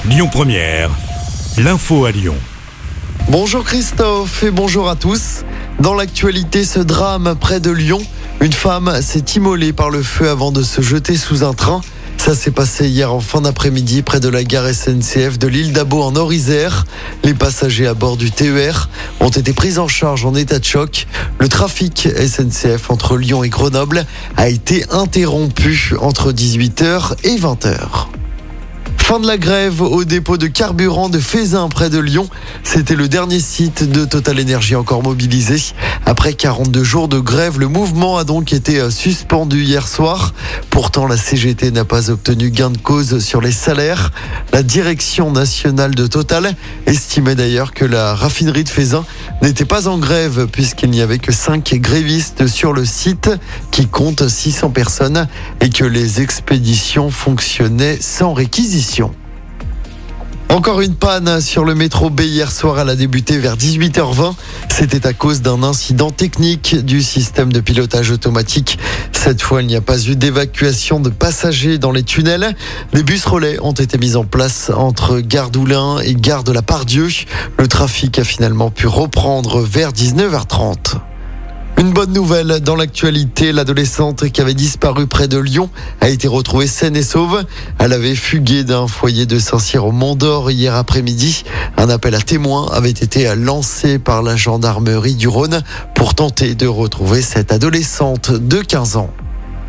Lyon Première, l'info à Lyon. Bonjour Christophe et bonjour à tous. Dans l'actualité, ce drame près de Lyon, une femme s'est immolée par le feu avant de se jeter sous un train. Ça s'est passé hier en fin d'après-midi près de la gare SNCF de l'île d'Abo en Nord-Isère. Les passagers à bord du TER ont été pris en charge en état de choc. Le trafic SNCF entre Lyon et Grenoble a été interrompu entre 18h et 20h. Fin de la grève au dépôt de carburant de Feyzin près de Lyon. C'était le dernier site de Total Energy encore mobilisé. Après 42 jours de grève, le mouvement a donc été suspendu hier soir. Pourtant, la CGT n'a pas obtenu gain de cause sur les salaires. La direction nationale de Total estimait d'ailleurs que la raffinerie de Feyzin n'était pas en grève puisqu'il n'y avait que 5 grévistes sur le site qui compte 600 personnes et que les expéditions fonctionnaient sans réquisition. Encore une panne sur le métro B hier soir, elle a débuté vers 18h20. C'était à cause d'un incident technique du système de pilotage automatique. Cette fois, il n'y a pas eu d'évacuation de passagers dans les tunnels. Des bus relais ont été mis en place entre gare d'Oulin et gare de la Pardieu. Le trafic a finalement pu reprendre vers 19h30. Une bonne nouvelle dans l'actualité, l'adolescente qui avait disparu près de Lyon a été retrouvée saine et sauve. Elle avait fugué d'un foyer de Saint-Cyr au Mont-d'Or hier après-midi. Un appel à témoins avait été lancé par la gendarmerie du Rhône pour tenter de retrouver cette adolescente de 15 ans.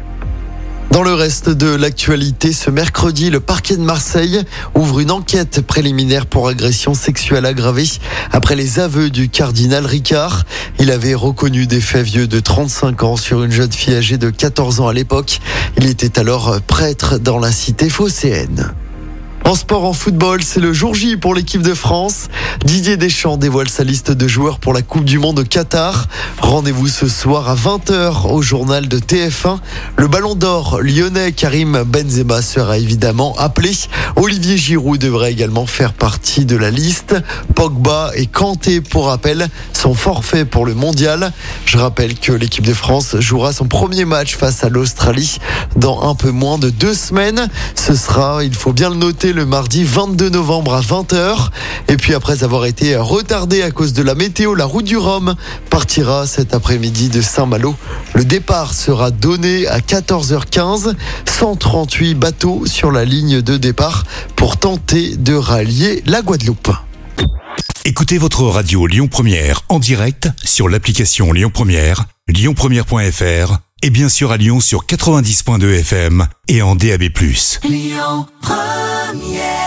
Dans le reste de l'actualité, ce mercredi, le parquet de Marseille ouvre une enquête préliminaire pour agression sexuelle aggravée après les aveux du cardinal Ricard. Il avait reconnu des faits vieux de 35 ans sur une jeune fille âgée de 14 ans à l'époque. Il était alors prêtre dans la cité phocéenne. En sport, en football, c'est le jour J pour l'équipe de France. Didier Deschamps dévoile sa liste de joueurs pour la Coupe du Monde au Qatar. Rendez-vous ce soir à 20h au journal de TF1. Le ballon d'or lyonnais Karim Benzema sera évidemment appelé. Olivier Giroud devrait également faire partie de la liste. Pogba et Kanté, pour rappel, sont forfaits pour le mondial. Je rappelle que l'équipe de France jouera son premier match face à l'Australie dans un peu moins de 2 semaines. Ce sera, il faut bien le noter, le mardi 22 novembre à 20h. Et puis après avoir été retardé à cause de la météo, la route du Rhum partira cet après-midi de Saint-Malo. Le départ sera donné à 14h15. 138 bateaux sur la ligne de départ pour tenter de rallier la Guadeloupe. Écoutez votre radio Lyon Première en direct sur l'application Lyon Première, lyonpremière.fr et bien sûr à Lyon sur 90.2 FM et en DAB+. Lyon Première.